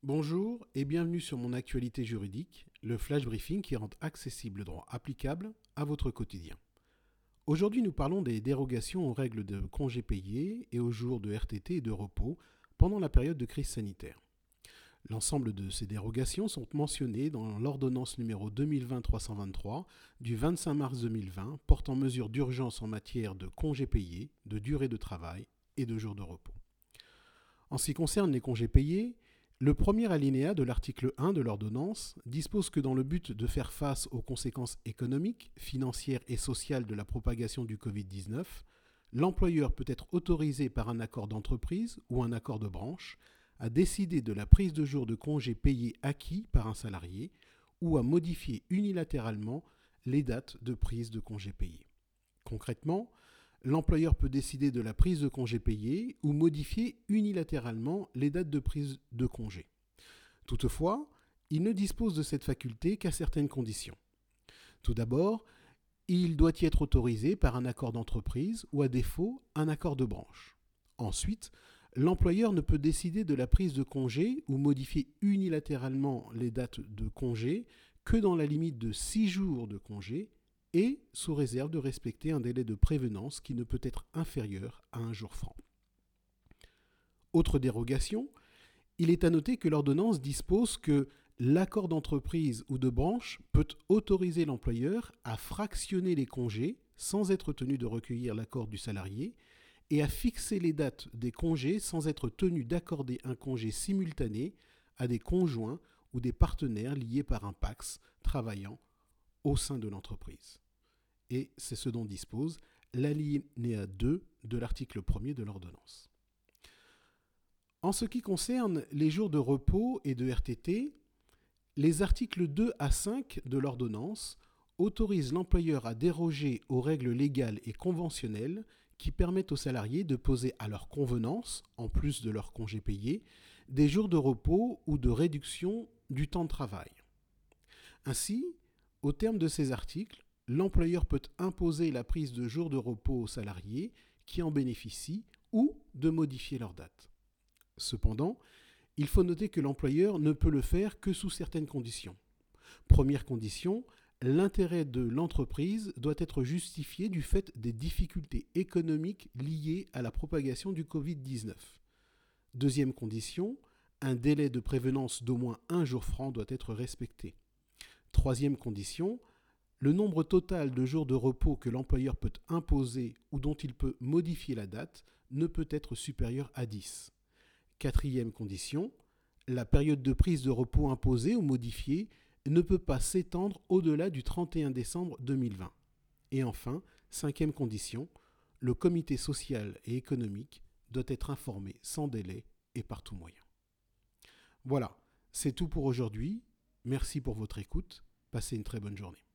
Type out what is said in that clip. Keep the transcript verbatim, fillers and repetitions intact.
Bonjour et bienvenue sur mon actualité juridique, le flash briefing qui rend accessible le droit applicable à votre quotidien. Aujourd'hui, nous parlons des dérogations aux règles de congés payés et aux jours de R T T et de repos pendant la période de crise sanitaire. L'ensemble de ces dérogations sont mentionnées dans l'ordonnance numéro deux mille vingt trois cent vingt-trois du vingt-cinq mars deux mille vingt portant mesures d'urgence en matière de congés payés, de durée de travail et de jours de repos. En ce qui concerne les congés payés, le premier alinéa de l'article un de l'ordonnance dispose que dans le but de faire face aux conséquences économiques, financières et sociales de la propagation du covid dix-neuf, l'employeur peut être autorisé par un accord d'entreprise ou un accord de branche à décider de la prise de jours de congés payés acquis par un salarié ou à modifier unilatéralement les dates de prise de congés payés. Concrètement, l'employeur peut décider de la prise de congés payés ou modifier unilatéralement les dates de prise de congés. Toutefois, il ne dispose de cette faculté qu'à certaines conditions. Tout d'abord, il doit y être autorisé par un accord d'entreprise ou à défaut un accord de branche. Ensuite, l'employeur ne peut décider de la prise de congés ou modifier unilatéralement les dates de congés que dans la limite de six jours de congés et sous réserve de respecter un délai de prévenance qui ne peut être inférieur à un jour franc. Autre dérogation, il est à noter que l'ordonnance dispose que l'accord d'entreprise ou de branche peut autoriser l'employeur à fractionner les congés sans être tenu de recueillir l'accord du salarié et à fixer les dates des congés sans être tenu d'accorder un congé simultané à des conjoints ou des partenaires liés par un P A C S travaillant au sein de l'entreprise. Et c'est ce dont dispose l'alinéa deux de l'article premier de l'ordonnance. En ce qui concerne les jours de repos et de R T T, les articles deux à cinq de l'ordonnance autorisent l'employeur à déroger aux règles légales et conventionnelles qui permettent aux salariés de poser à leur convenance, en plus de leurs congés payés, des jours de repos ou de réduction du temps de travail. Ainsi, au terme de ces articles, l'employeur peut imposer la prise de jours de repos aux salariés qui en bénéficient ou de modifier leur date. Cependant, il faut noter que l'employeur ne peut le faire que sous certaines conditions. Première condition, l'intérêt de l'entreprise doit être justifié du fait des difficultés économiques liées à la propagation du covid dix-neuf. Deuxième condition, un délai de prévenance d'au moins un jour franc doit être respecté. Troisième condition, le nombre total de jours de repos que l'employeur peut imposer ou dont il peut modifier la date ne peut être supérieur à dix. Quatrième condition, la période de prise de repos imposée ou modifiée ne peut pas s'étendre au-delà du trente et un décembre deux mille vingt. Et enfin, cinquième condition, le comité social et économique doit être informé sans délai et par tout moyen. Voilà, c'est tout pour aujourd'hui. Merci pour votre écoute. Passez une très bonne journée.